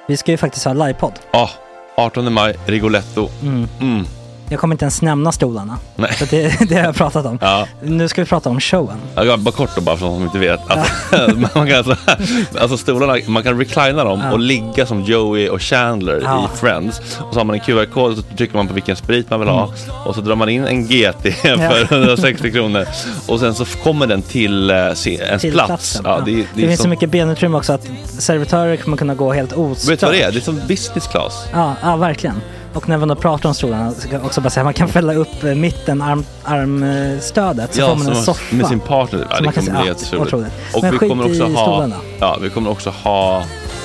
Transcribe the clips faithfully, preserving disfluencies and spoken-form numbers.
Vi ska ju faktiskt ha livepodd. Ja, oh, artonde maj, Rigoletto. Mm. Mm. Jag kommer inte ens nämna stolarna. Nej. För det, det har jag pratat om. Ja. Nu ska vi prata om showen. Ja, bara kort då, bara för de som inte vet. Alltså, man kan alltså, alltså stolarna, man kan reclina dem ja. och ligga som Joey och Chandler ja. i Friends. Och så har man en Q R-kod och så trycker man på vilken sprit man vill ha. Mm. Och så drar man in en G T för hundrasextio kronor. Och sen så kommer den till uh, se, ens till plats. Ja, ja. det, det, det det finns som... så mycket benutrymme också att servitörer kommer kunna gå helt ostört. Vet du vad det är? Det är som business class. Ja, ja verkligen. Och när man då pratar om stolarna så kan jag också bara säga att man kan fälla upp mitten, arm, armstödet så ja, får man en soffa. Med sin partner. Ja, det kommer bli helt otroligt. Och men vi kommer också ha stolarna. Ja, vi kommer också ha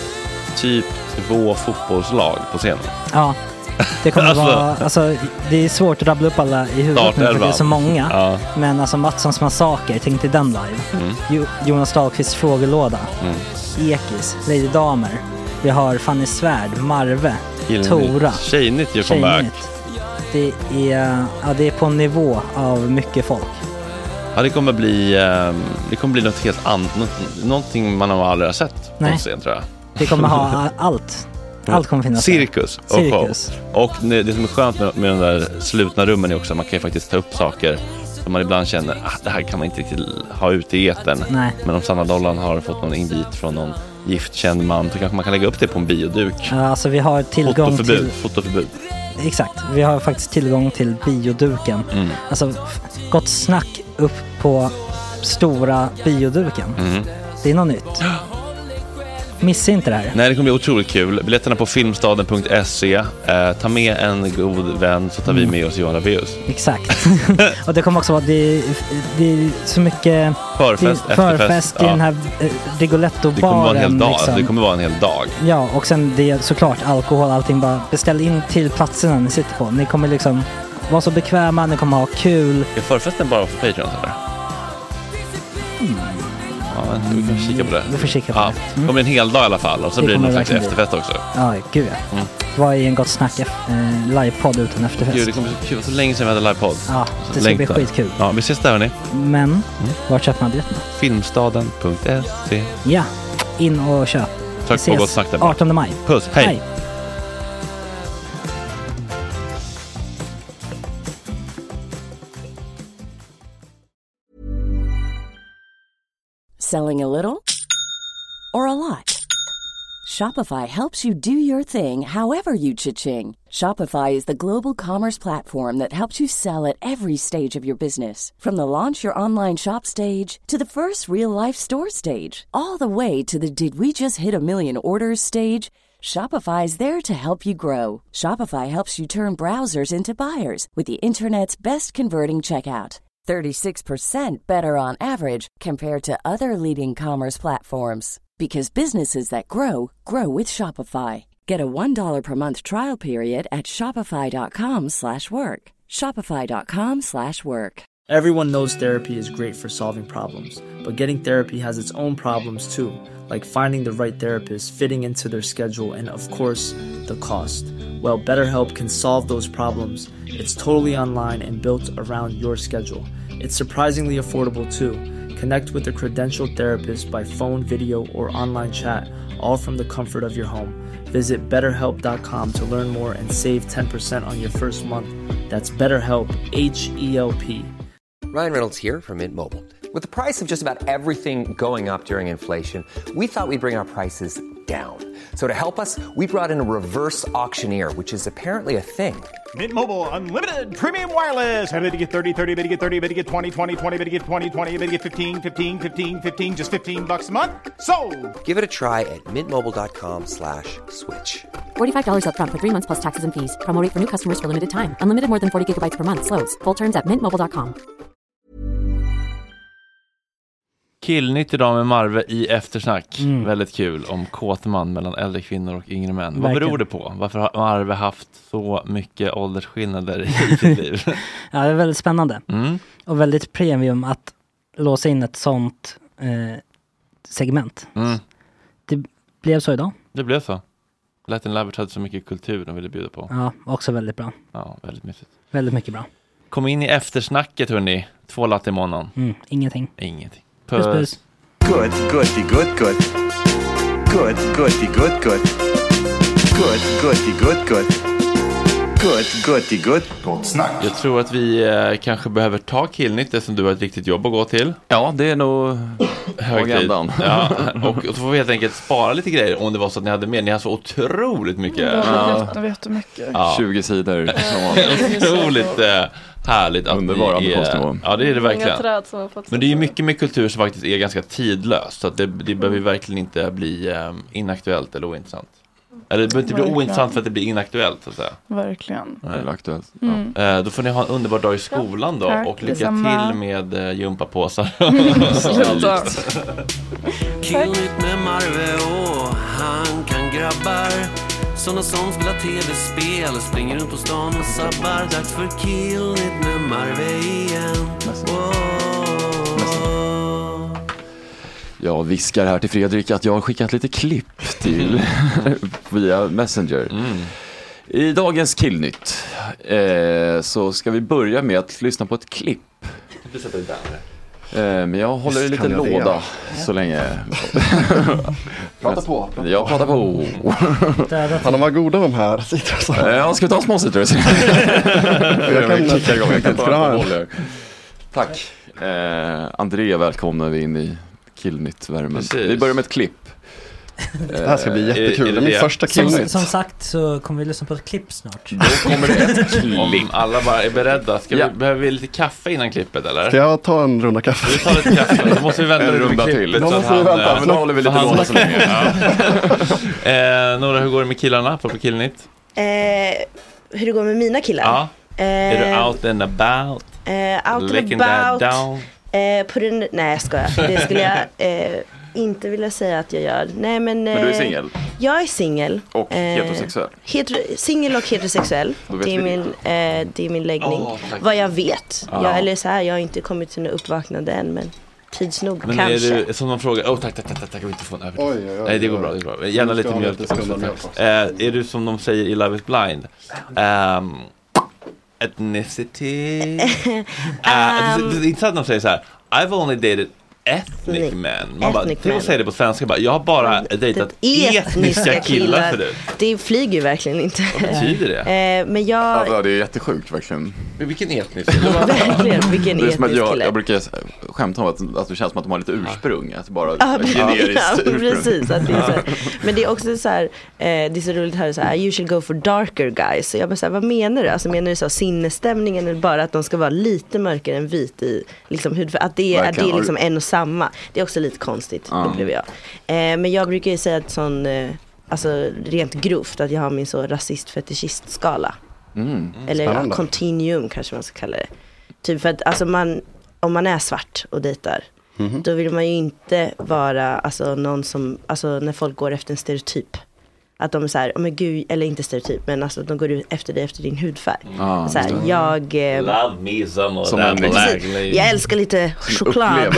typ två fotbollslag på scenen. Ja. Det kommer alltså, vara alltså det är svårt att rabbla upp alla i huvudet nu för det är så många. Ja. Men alltså Mattssons massaker, tänk till den live. Mm. Jo, Jonas Dahlqvists frågelåda. Mm. Ekis, Lady Damer. Vi har Fanny Svärd, Marve, Gillnytt. Tora. Tjejnytt gör comeback. Det är, ja, det är på en nivå av mycket folk. Ja, det kommer bli det kommer bli något helt annat, något, någonting man har aldrig har sett på scen, tror jag. Det kommer ha allt. Allt kommer finnas. Cirkus och Cirkus. show. Och det som är skönt med, med de där slutna rummen är också att man kan ju faktiskt ta upp saker som man ibland känner att det här kan man inte riktigt ha ute i etern. Nej. Men om Sanna Dollan har fått någon invit från någon giftkänd man så kanske man kan lägga upp det på en bioduk. Ja, alltså vi har tillgång fotoförbud, till... Fotoförbud. Exakt, vi har faktiskt tillgång till bioduken. Mm. Alltså, gott snack upp på stora bioduken. Mm. Det är något nytt. Missa inte det här. Nej, det kommer bli otroligt kul. Biljetterna på filmstaden punkt se. Eh, ta med en god vän så tar mm. vi med oss Johan Rabaeus. Exakt. Och det kommer också vara det, det är så mycket förfest, det, förfest i ja. den här eh, Rigoletto-baren. Det kommer vara en hel dag. Liksom. Det kommer vara en hel dag. Ja, och sen det är såklart alkohol, allting. Bara beställ in till platserna ni sitter på. Ni kommer liksom vara så bekväma, ni kommer ha kul. Är förfesten bara för Patreon eller? Mm. Ja, vi kan kika på det. Vi får kika på ja, det. Mm. Det kommer en hel dag i alla fall. Och så det blir det någon slags efterfest också. Ja, gud ja. Mm. Vad är en gott snack eh, livepodd utan efterfest? Gud, det kommer så kul. Så länge sedan vi hade livepodd. Ja, det ska Längtar. bli skitkul. Ja, vi ses där hörni. Men, mm. var köper man biljetterna? filmstaden punkt se. Ja, in och köp. Tack på gott snack där. artonde maj. Puss, hej. hej. Selling a little or a lot? Shopify helps you do your thing however you cha-ching. Shopify is the global commerce platform that helps you sell at every stage of your business. From the launch your online shop stage to the first real-life store stage, all the way to the did we just hit a million orders stage. Shopify is there to help you grow. Shopify helps you turn browsers into buyers with the internet's best converting checkout. thirty-six percent better on average compared to other leading commerce platforms. Because businesses that grow, grow with Shopify. Get a one dollar per month trial period at shopify.com slash work. Shopify.com slash work. Everyone knows therapy is great for solving problems, but getting therapy has its own problems too, like finding the right therapist, fitting into their schedule, and of course, the cost. Well, BetterHelp can solve those problems. It's totally online and built around your schedule. It's surprisingly affordable too. Connect with a credentialed therapist by phone, video, or online chat, all from the comfort of your home. Visit better help dot com to learn more and save ten percent on your first month. That's BetterHelp, H E L P. Ryan Reynolds here from Mint Mobile. With the price of just about everything going up during inflation, we thought we'd bring our prices down. So to help us, we brought in a reverse auctioneer, which is apparently a thing. Mint Mobile Unlimited Premium Wireless. How to get thirty, thirty, how to get thirty, how to get twenty, twenty, twenty, how to get twenty, twenty, how to get fifteen, fifteen, fifteen, fifteen, just fifteen bucks a month? Sold! Give it a try at mintmobile.com slash switch. forty-five dollars up front for three months plus taxes and fees. Promo rate for new customers for limited time. Unlimited more than forty gigabytes per month. Slows full terms at mint mobile dot com. Killnytt idag med Marve i eftersnack. Mm. Väldigt kul om kåtman mellan äldre kvinnor och yngre män. Verkligen. Vad beror det på? Varför har Marve haft så mycket åldersskillnader i sitt liv? Ja, det är väldigt spännande. Mm. Och väldigt premium att låsa in ett sånt eh, segment. Mm. Det blev så idag. Det blev så. Latin Lovers hade så mycket kultur de ville bjuda på. Ja, också väldigt bra. Ja, väldigt mysigt. Väldigt mycket bra. Kom in i eftersnacket hörni. Två latte i månaden. Mm, ingenting. Ingenting. Puss, puss. Good, goody, good, good. Good, goody, good, good. Good, goody, good, good. Good, goody, good. Gott snack. Jag tror att vi eh, kanske behöver ta Killnytt eftersom du har ett riktigt jobb att gå till. Ja, det är nog agendan. Ja, och, och så får vi helt enkelt spara lite grejer om det var så att ni hade med. Ni har så otroligt mycket. Ja, jag vet mycket. Ja. tjugo sidor. Otroligt eh, härligt. Underbar ambitionsnivå. Ja, det är det verkligen. Men det är ju mycket med kultur som faktiskt är ganska tidlöst. Så att det, det behöver ju verkligen inte bli eh, inaktuellt eller ointressant. Eller det behöver inte bli ointressant för att det blir inaktuellt så att säga. Verkligen. Eller aktuellt. Mm. Ja. Eh, då får ni ha en underbar dag i skolan då. Tack, och lycka detsamma. till med eh, gympapåsar. Sluta. Killnytt med Marve och han kan grabbar. Såna som spelar tv-spel, springer runt på stan och sabbar. Dags för Killnytt med Marve igen. Jag viskar här till Fredrik att jag har skickat lite klipp till via Messenger. Mm. I dagens Killnytt eh, så ska vi börja med att lyssna på ett klipp. Du sätter det där. Eh, men jag håller i lite låda så länge. Prata på. Jag pratar på. Han var goda de här. Ja, ska vi ta en små citrus? jag kan kicka igång. Jag kan bara hålla. Tack. Eh, Andrea välkomnar vi in i Killnytt-värmen. Vi börjar med ett klipp. Det här ska bli jättekul. Det är min första Killnytt. Som, som sagt så kommer vi lyssna på ett klipp snart. Då kommer det ett klipp. Om alla bara är beredda. Ska ja. vi, behöver vi lite kaffe innan klippet eller? Ska jag ta en runda kaffe? Vi tar lite kaffe. Då måste vi vänta en runda till. Då måste vi vänta. Men då håller vi lite låda så länge. eh, Nora, hur går det med killarna på Killnytt? Eh, hur det går med mina killar? Ja. Eh, är du out and about? Eh, out and about. Eh, på den, nej, jag skojar. Det skulle jag eh, inte vilja säga att jag gör. Nej, men, eh, men du är singel? Jag är singel. Och eh, heterosexuell? Heter, singel och heterosexuell. Det är, min, eh, det är min läggning. Oh, vad jag vet. Ah. Jag, eller så här, jag har inte kommit till något uppvaknande än, men tids nog men kanske. Är du, som de frågar, oh, tack, tack, tack, tack, tack, jag vill inte få en över. Oj, oj, oj, nej, det går bra, det går bra. Gärna lite mjölk. Eh, är du som de säger i Love is Blind? Um, ethnicity? uh, um, det är inte så att de säger så här, I've only dated ethnic men. Man bara, till att säga det på svenska bara, jag har bara dejtat etniska killar för det. Det flyger ju verkligen inte. Vad betyder det? Eh, men jag... Alltså, det är jättesjukt verkligen. Men vilken etnisk kille? Verkligen, vilken det är som att jag, kille. jag brukar skämta om att, att det känns som att de har lite ursprung. Att bara ah, generiskt ja, ursprung. Precis, att det är så här. Men det är också så här, eh, det är så roligt här, så här, you should go for darker guys. Så jag bara så här, vad menar du? Alltså menar du så sinnesstämningen eller bara att de ska vara lite mörkare än vit i liksom hud? Att det, att det är liksom en och samma. Det är också lite konstigt, mm. upplever jag. Eh, men jag brukar ju säga att sån, eh, alltså rent grovt, att jag har min så rasist-fetischist-skala. Mm. Eller ja, continuum kanske man ska kalla det. Typ för att alltså man, om man är svart och dejtar, mm. då vill man ju inte vara alltså, någon som, alltså när folk går efter en stereotyp. Att de är så här, oh men gud, eller inte stereotyp, men alltså de går ut efter dig efter din hudfärg. Ah, så här, jag eh, love me some of som that black. Jag älskar lite choklad.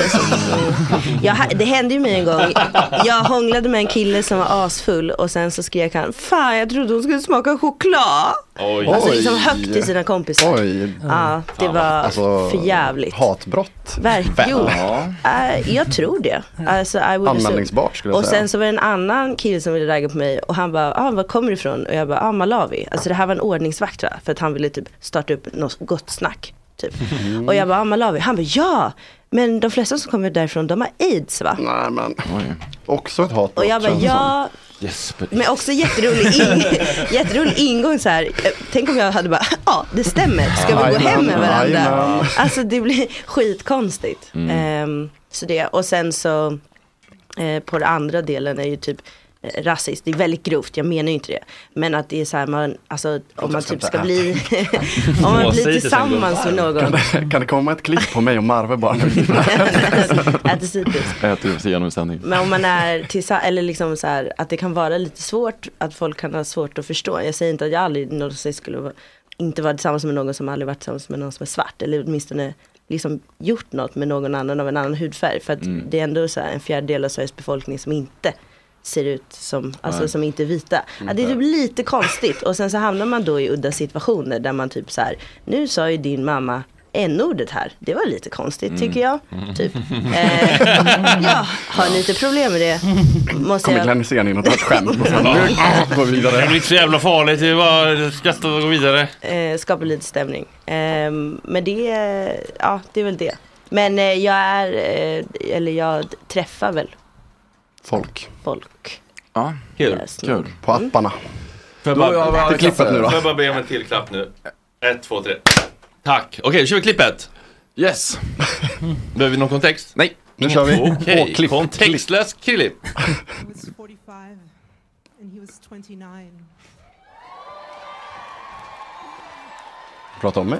jag, det hände ju mig en gång. Jag hånglade med en kille som var asfull och sen så skrek han, fan jag trodde hon skulle smaka choklad. Oj. Alltså liksom högt till sina kompisar. Oj. Ja, det var alltså, för jävligt. Hatbrott. Verkligen. Uh, jag tror det. Alltså, anmälningsbart skulle jag och säga. Och sen så var det en annan kille som ville ragga på mig och han bara, ah, var kommer du ifrån? Och jag bara, ah, Malawi. Alltså det här var en ordningsvakt tror jag, för att han ville typ starta upp något gott snack. Typ. Mm. Och jag bara, ah, Malawi. Han bara, ja, men de flesta som kommer därifrån, de har AIDS va? Nej men, också ett hatbrott. Och jag bara, ja... Yes, men också jätterolig, in, jätterolig ingång så här. Tänk om jag hade bara, ja ah, det stämmer, ska vi gå hem med varandra? Alltså det blir skitkonstigt. mm. um, Så det, och sen så eh, på den andra delen är ju typ eh, rasiskt, det är väldigt grovt, jag menar ju inte det. Men att det är så här, man, alltså om man typ ska bli om man blir tillsammans med någon. Kan det, kan det komma ett klipp på mig och Marve bara? Äter citrus. Äter genom sändning. Men om man är tillsammans, eller liksom så här, att det kan vara lite svårt, att folk kan ha svårt att förstå. Jag säger inte att jag aldrig någonsin skulle vara, inte vara tillsammans med någon som aldrig varit tillsammans med någon som är svart. Eller åtminstone liksom gjort något med någon annan av en annan hudfärg. För att mm. det är ändå så här en fjärdedel av Sveriges befolkning som inte ser ut som, alltså som inte är vita. Mm. Ja, det är typ lite konstigt. Och sen så hamnar man då i udda situationer där man typ så här, nu sa ju din mamma n-ordet här. Det var lite konstigt mm. tycker jag. Mm. Typ. Eh, ja, har ni lite problem med det? Måste kommer jag... Glenn Hysén in och tar ett skämt och sen gå vidare. Det blir så jävla farligt. Det var skratta och gå vidare. Eh, skapa lite stämning. Eh, men det, ja, det är väl det. Men eh, jag är, eh, eller jag träffar väl folk. Folk. Ja, kul. Yes, kul. På apparna. Får jag bara, då, jag, jag, klippet nu då? Får jag bara be om en till klapp nu? Ett, två, tre. Tack. Okej, okay, kör vi klippet. Yes. Behöver vi någon kontext? Nej, nu kör vi. Okej, okay. klipp. Kontextlös klipp. Prata om mig.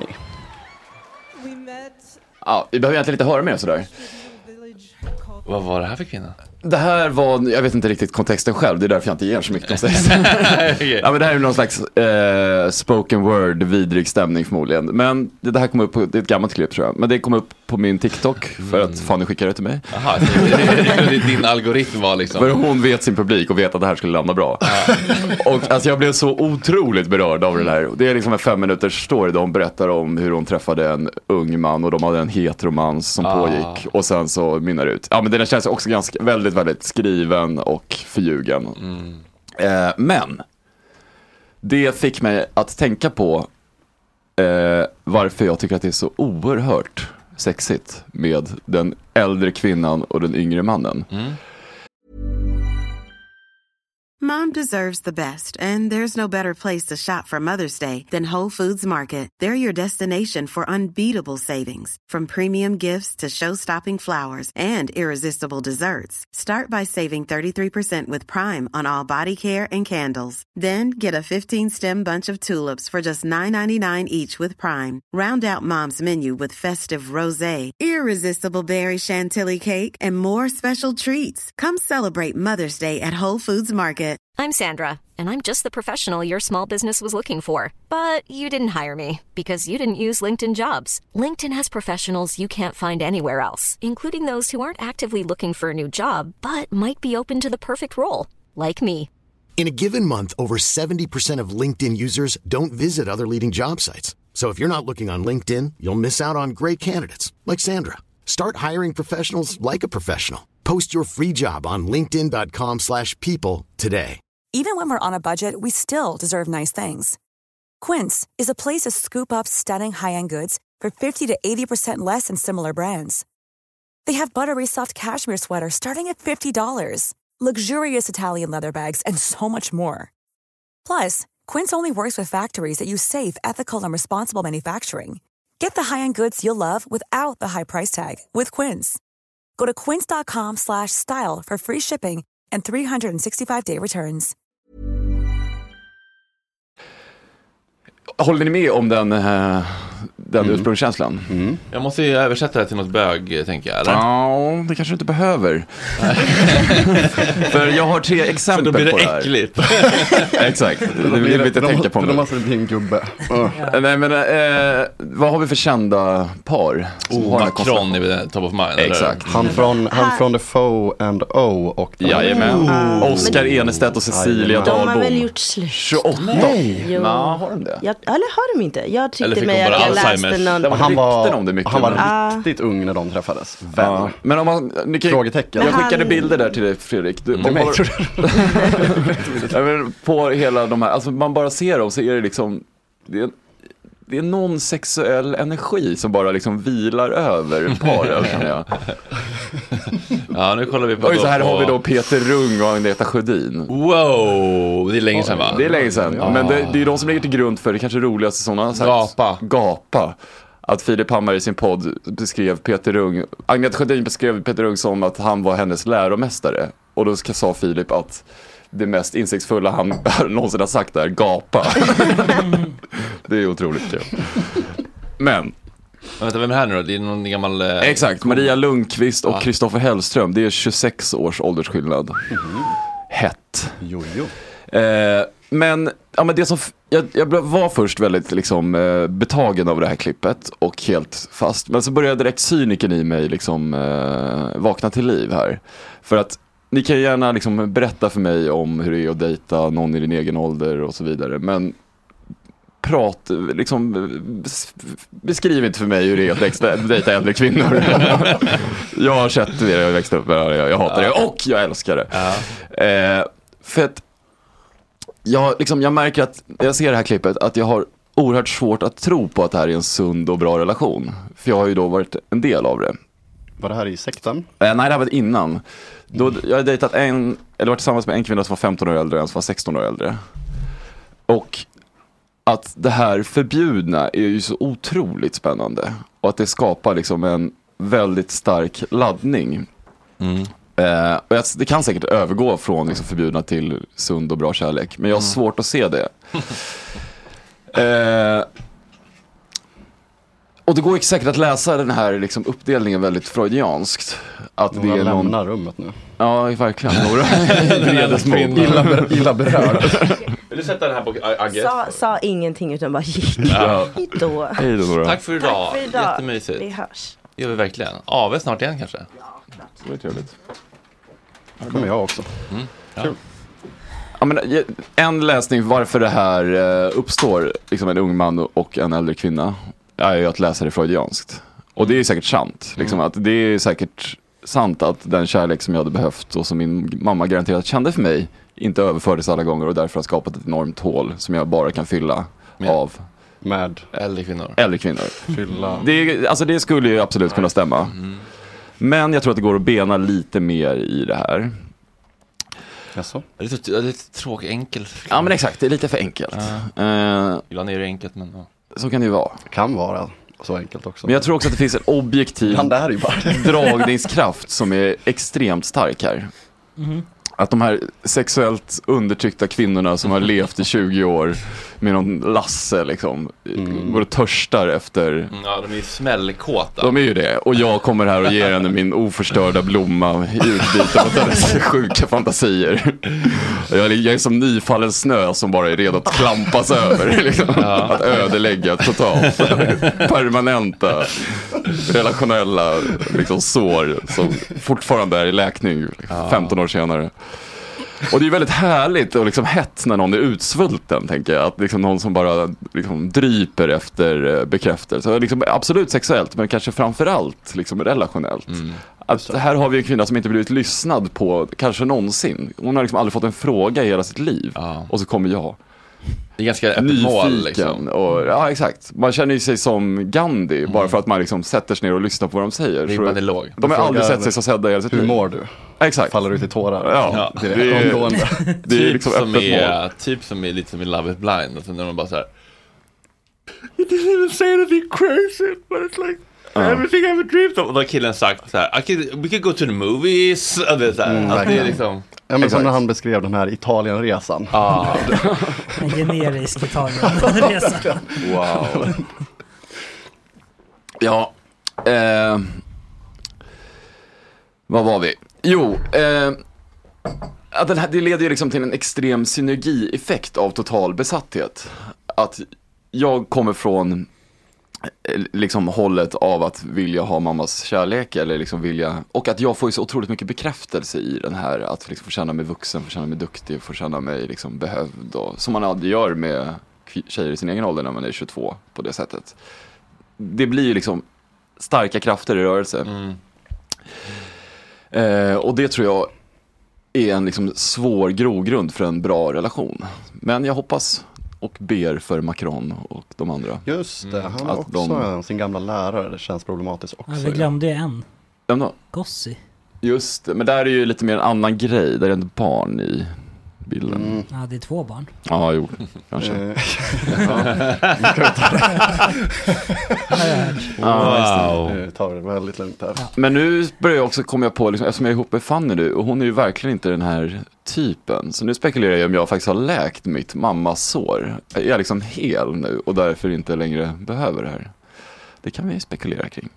Ja, vi behöver egentligen inte höra mer sådär. Vad var det här för kvinna? Det här var, jag vet inte riktigt kontexten själv, det är därför jag inte ger så mycket kontext. Okay. Ja, men det här är någon slags eh, spoken word, vidrig stämning förmodligen. Men det, det här kom upp på, det är ett gammalt klipp tror jag. Men det kom upp på min TikTok för att Fanny skickade det till mig. Jaha, det, din algoritm var liksom. För hon vet sin publik och vet att det här skulle landa bra. Och alltså jag blev så otroligt berörd av det här. Det är liksom en fem minuters story där hon berättar om hur hon träffade en ung man och de hade en heteromans som ah. pågick. Och sen så mynnar ut. Ja, men den känns också ganska, väldigt, väldigt skriven och förljugen. Mm. Eh, men det fick mig att tänka på eh, varför jag tycker att det är så oerhört sexigt med den äldre kvinnan och den yngre mannen. Mm. Mom deserves the best, and there's no better place to shop for Mother's Day than Whole Foods Market. They're your destination for unbeatable savings, from premium gifts to show-stopping flowers and irresistible desserts. Start by saving thirty-three percent with Prime on all body care and candles. Then get a fifteen-stem bunch of tulips for just nine ninety-nine each with Prime. Round out Mom's menu with festive rosé, irresistible berry chantilly cake, and more special treats. Come celebrate Mother's Day at Whole Foods Market. I'm Sandra, and I'm just the professional your small business was looking for. But you didn't hire me because you didn't use LinkedIn Jobs. LinkedIn has professionals you can't find anywhere else, including those who aren't actively looking for a new job, but might be open to the perfect role, like me. In a given month, over seventy percent of LinkedIn users don't visit other leading job sites. So if you're not looking on LinkedIn, you'll miss out on great candidates, like Sandra. Start hiring professionals like a professional. Post your free job on linkedin.com slash people today. Even when we're on a budget, we still deserve nice things. Quince is a place to scoop up stunning high-end goods for fifty to eighty percent less than similar brands. They have buttery soft cashmere sweaters starting at fifty dollars, luxurious Italian leather bags, and so much more. Plus, Quince only works with factories that use safe, ethical, and responsible manufacturing. Get the high-end goods you'll love without the high price tag with Quince. Go to quince.com slash style for free shipping and three sixty-five day returns. Håller ni med om den, uh, den mm. ursprungskänslan? Mm. Jag måste ju översätta det till något bög, tänker jag, eller? Ja, det kanske inte behöver. För jag har tre exempel på det här. För då blir det äckligt. Exakt, det vill vi inte de, tänka på nu. Då måste det bli en gubbe. Uh. Ja. Nej, men uh, vad har vi för kända par? Oh, Macron är väl top of mind, eller? Exakt. Han från, han från The Foe and O och jajamän. Oh. Oscar Enestedt och Cecilia Dahlbom. De har väl gjort slut? tjugoåtta. Nej. Jo. Nå, har de det? Jag, eller har de inte? Jag tyckte mig att jag läste någon... Det var han var, om det mycket, han var men... riktigt ung när de träffades. Vem? Ja. Men om man... Ni kan, frågetecken. Jag skickade han... bilder där till dig, Fredrik. Du, mm. mig, bara, på hela de här... Alltså man bara ser dem så är det liksom... Det är, det är någon sexuell energi som bara liksom vilar över paret, kan jag. Ja, nu kollar vi på... Och så här på... har vi då Peter Rung och Agneta Sjödin. Wow, det är länge sedan, va? Det är länge sedan, ja. Men det, det är de som ligger till grund för det kanske roligaste sådana. Gapa. Gapa. Att Filip Hammar i sin podd beskrev Peter Rung... Agneta Sjödin beskrev Peter Rung som att han var hennes läromästare. Och då sa Filip att det mest insiktsfulla han någonsin har sagt är gapa. Det är otroligt kul. Men... Vänta, vem är här nu då? Det är någon gammal... Eh, Exakt, Maria Lundqvist och Kristoffer Hellström. Det är tjugosex års åldersskillnad. Mm. Hett. Jo, jo. Eh, men, ja, men det som... Jag, jag var först väldigt liksom, eh, betagen av det här klippet och helt fast. Men så började direkt cyniken i mig liksom, eh, vakna till liv här. För att ni kan gärna liksom, berätta för mig om hur det är att dejta någon i din egen ålder och så vidare. Men prat, liksom, beskriv inte för mig hur det är att växa, dejta äldre kvinnor. Jag har sett det, jag växte upp, jag, jag hatar det och jag älskar det. Ja. Eh, för att jag, liksom, jag märker att, jag ser det här klippet, att jag har oerhört svårt att tro på att det här är en sund och bra relation. För jag har ju då varit en del av det. Var det här i sekten? Eh, nej, det här var innan. Då, jag har dejtat en, eller varit tillsammans med en kvinna som var femton år äldre och en som var sexton år äldre. Och att det här förbjudna är ju så otroligt spännande. Och att det skapar liksom en väldigt stark laddning. Mm. Eh, och det kan säkert övergå från liksom förbjudna till sund och bra kärlek. Men jag har mm. svårt att se det. eh, och det går inte säkert att läsa den här liksom uppdelningen väldigt freudianskt. Att Några det är någon... lämnar rummet nu. Ja, verkligen. Några vredesmod. illa, illa berörd. Vill du sätta den här på Agge? Sa, sa ingenting utan bara gick. Ja. Hej då. Hej då. Tack för idag. Tack för idag. Jättemysigt. Vi hörs. Det gör vi verkligen. A V snart igen kanske? Ja, klart. Det är trevligt. Här kommer jag också. Mm. Ja. Kul. Ja, men en läsning varför det här uppstår, liksom en ung man och en äldre kvinna, är ju att läsa det freudianskt. Och det är säkert sant. Liksom, att det är säkert sant att den kärlek som jag hade behövt och som min mamma garanterat kände för mig inte överfördes alla gånger och därför har skapat ett enormt hål som jag bara kan fylla med. av med äldre kvinnor. Äldre kvinnor. Fylla. Det, alltså det skulle ju absolut kunna stämma. Mm. Men jag tror att det går att bena lite mer i det här. Jaså? Det är lite, det är lite tråkigt, enkelt. Ja, men exakt. Det är lite för enkelt. Uh, uh, Ibland är det enkelt, men... Uh. Så kan det ju vara. Kan vara så enkelt också. Men jag tror också att det finns en objektiv dragningskraft som är extremt stark här. Mm. Att de här sexuellt undertryckta kvinnorna som har levt i tjugo år med någon Lasse liksom, mm. går och törstar efter... Ja, de är ju smällkåta. De är ju det. Och jag kommer här och ger henne min oförstörda blomma i utbyte mot hennes sjuka fantasier. Jag är, jag är som nyfallen snö som bara är redo att klampas över. Liksom. Ja. Att ödelägga totalt. Permanenta relationella liksom, sår som fortfarande är i läkning femton år senare. Och det är väldigt härligt och liksom hett när någon är utsvulten, tänker jag. Att liksom någon som bara liksom dryper efter bekräftelse. Liksom absolut sexuellt, men kanske framförallt liksom relationellt. Mm. Att här har vi en kvinna som inte blivit lyssnad på kanske någonsin. Hon har liksom aldrig fått en fråga i hela sitt liv. Ja. Och så kommer jag. Det är ganska öppet mål liksom. Och, ja, exakt. Man känner ju sig som Gandhi mm. bara för att man liksom sätter sig ner och lyssnar på vad de säger. Ribban är låg. De har aldrig sett sig så sedda i hela sitt liv. Hur mår du? Exakt. Faller du till tårar? Ja, ja. Det är, det är, det är typ liksom som öppet är, mål. Typ som är lite som i Love is Blind. Alltså när man bara så här, you didn't even say anything crazy, but it's like uh. everything I ever dreamed of. Och då har killen sagt så här, I could, we could go to the movies. Och det är så här, mm, alltså det är liksom... Ja, men som när han beskrev den här Italienresan. Ah. En generisk Italienresa. Wow. Ja. Eh, vad var vi? Jo, eh, att den här, det leder ju liksom till en extrem synergieffekt av total besatthet. Att jag kommer från liksom hållet av att vilja ha mammas kärlek eller liksom vilja, och att jag får ju så otroligt mycket bekräftelse i den här, att liksom få känna mig vuxen, få känna mig duktig, få känna mig liksom behövd och, som man aldrig gör med tjejer i sin egen ålder när man är tjugotvå på det sättet. Det blir ju liksom starka krafter i rörelse. Mm. Eh, och det tror jag är en liksom svår grogrund för en bra relation. Men jag hoppas och ber för Macron och de andra. Just det, han har också de... sin gamla lärare. Det känns problematiskt också. Ja, vi glömde ju en. Vem då? Gossi. Just det, men där är ju lite mer en annan grej. Där är ett barn i bilden. Mm. Ja, det är två barn. Ja, jo, kanske. Wow. Nu tar det väldigt lugnt här. Ja. Men nu börjar jag också komma på, liksom, eftersom jag är ihop med Fanny nu, och hon är ju verkligen inte den här typen. Så nu spekulerar jag om jag faktiskt har läkt mitt mammas sår. Jag är liksom hel nu och därför inte längre behöver det här. Det kan vi spekulera kring.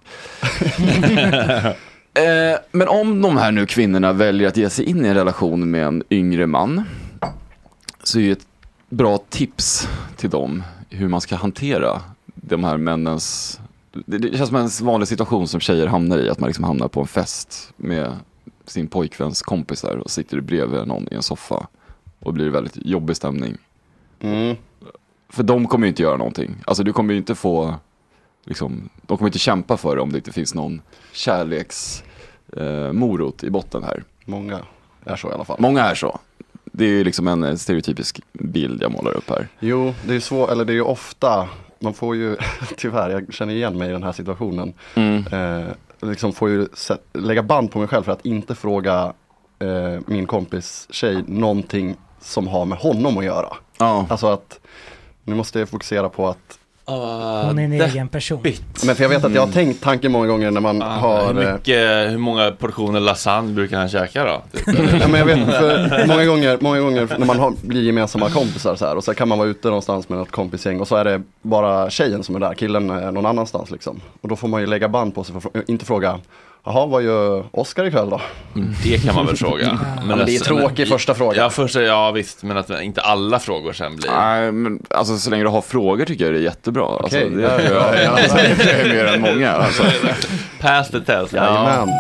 eh, men om de här nu kvinnorna väljer att ge sig in i en relation med en yngre man, så är ju ett bra tips till dem hur man ska hantera de här männens... Det, det känns som en vanlig situation som tjejer hamnar i, att man liksom hamnar på en fest med sin pojkväns kompisar och sitter bredvid någon i en soffa och blir väldigt jobbig stämning. Mm. för de kommer ju inte göra någonting. Alltså du kommer ju inte få liksom, de kommer inte kämpa för det om det inte finns någon kärleks eh, morot i botten här. Många är så i alla fall. Många är så. Det är ju liksom en stereotypisk bild jag målar upp här. Jo, det är ju svårt, eller det är ju ofta, man får ju, tyvärr, jag känner igen mig i den här situationen. Mm. Eh, liksom får ju set, lägga band på mig själv för att inte fråga eh, min kompis tjej någonting som har med honom att göra. Ja. Alltså att nu måste jag fokusera på att uh, hon är en egen person. Men för jag vet att jag har tänkt tanken många gånger när man uh, har hur, mycket, hur många portioner lasagne brukar han käka då? Ja, men jag vet för många gånger, många gånger när man har, blir gemensamma kompisar så här, och så kan man vara ute någonstans med ett kompisgäng och så är det bara tjejen som är där, killen är någon annanstans liksom. Och då får man ju lägga band på sig för att inte fråga, jaha, vad gör Oscar ikväll då? Mm, det kan man väl fråga. Men, ja, men det är tråkig men, första fråga. Ja, först, ja visst, men att inte alla frågor sen blir. Nej, men alltså så länge du har frågor tycker jag det är jättebra. Okej, alltså, det, är, ja, ja, alltså, det är mer än många. Alltså. Pass the test. Jajamän.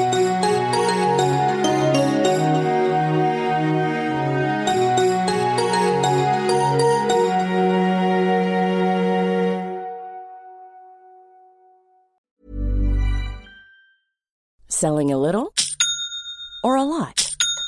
Selling a little or a lot?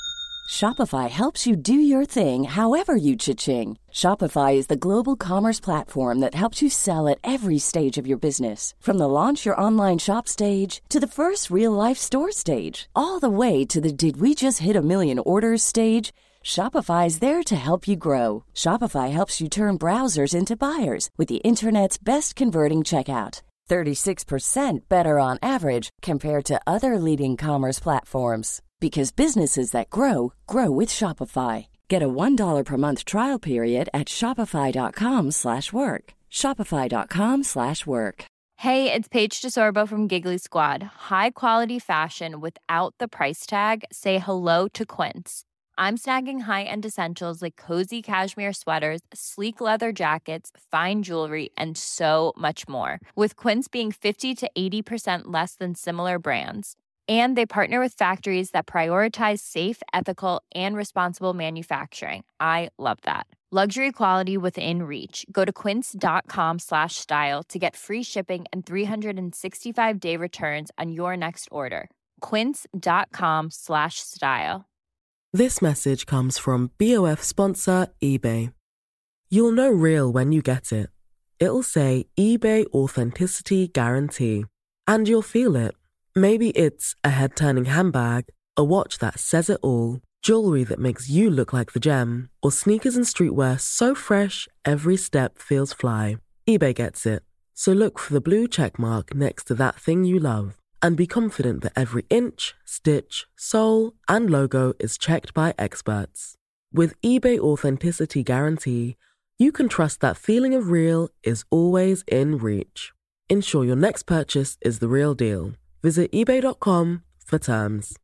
Shopify helps you do your thing however you cha-ching. Shopify is the global commerce platform that helps you sell at every stage of your business. From the launch your online shop stage to the first real-life store stage, all the way to the did we just hit a million orders stage. Shopify is there to help you grow. Shopify helps you turn browsers into buyers with the internet's best converting checkout. thirty-six percent better on average compared to other leading commerce platforms. Because businesses that grow, grow with Shopify. Get a one dollar per month trial period at shopify.com slash work. Shopify.com slash work. Hey, it's Paige DeSorbo from Giggly Squad. High quality fashion without the price tag. Say hello to Quince. I'm snagging high-end essentials like cozy cashmere sweaters, sleek leather jackets, fine jewelry, and so much more. With Quince being fifty to eighty percent less than similar brands. And they partner with factories that prioritize safe, ethical, and responsible manufacturing. I love that. Luxury quality within reach. Go to quince.com slash style to get free shipping and three sixty-five day returns on your next order. Quince.com slash style. This message comes from B O F sponsor eBay. You'll know real when you get it. It'll say eBay Authenticity Guarantee. And you'll feel it. Maybe it's a head-turning handbag, a watch that says it all, jewelry that makes you look like the gem, or sneakers and streetwear so fresh every step feels fly. eBay gets it. So look for the blue check mark next to that thing you love. And be confident that every inch, stitch, sole, and logo is checked by experts. With eBay Authenticity Guarantee, you can trust that feeling of real is always in reach. Ensure your next purchase is the real deal. Visit ebay dot com for terms.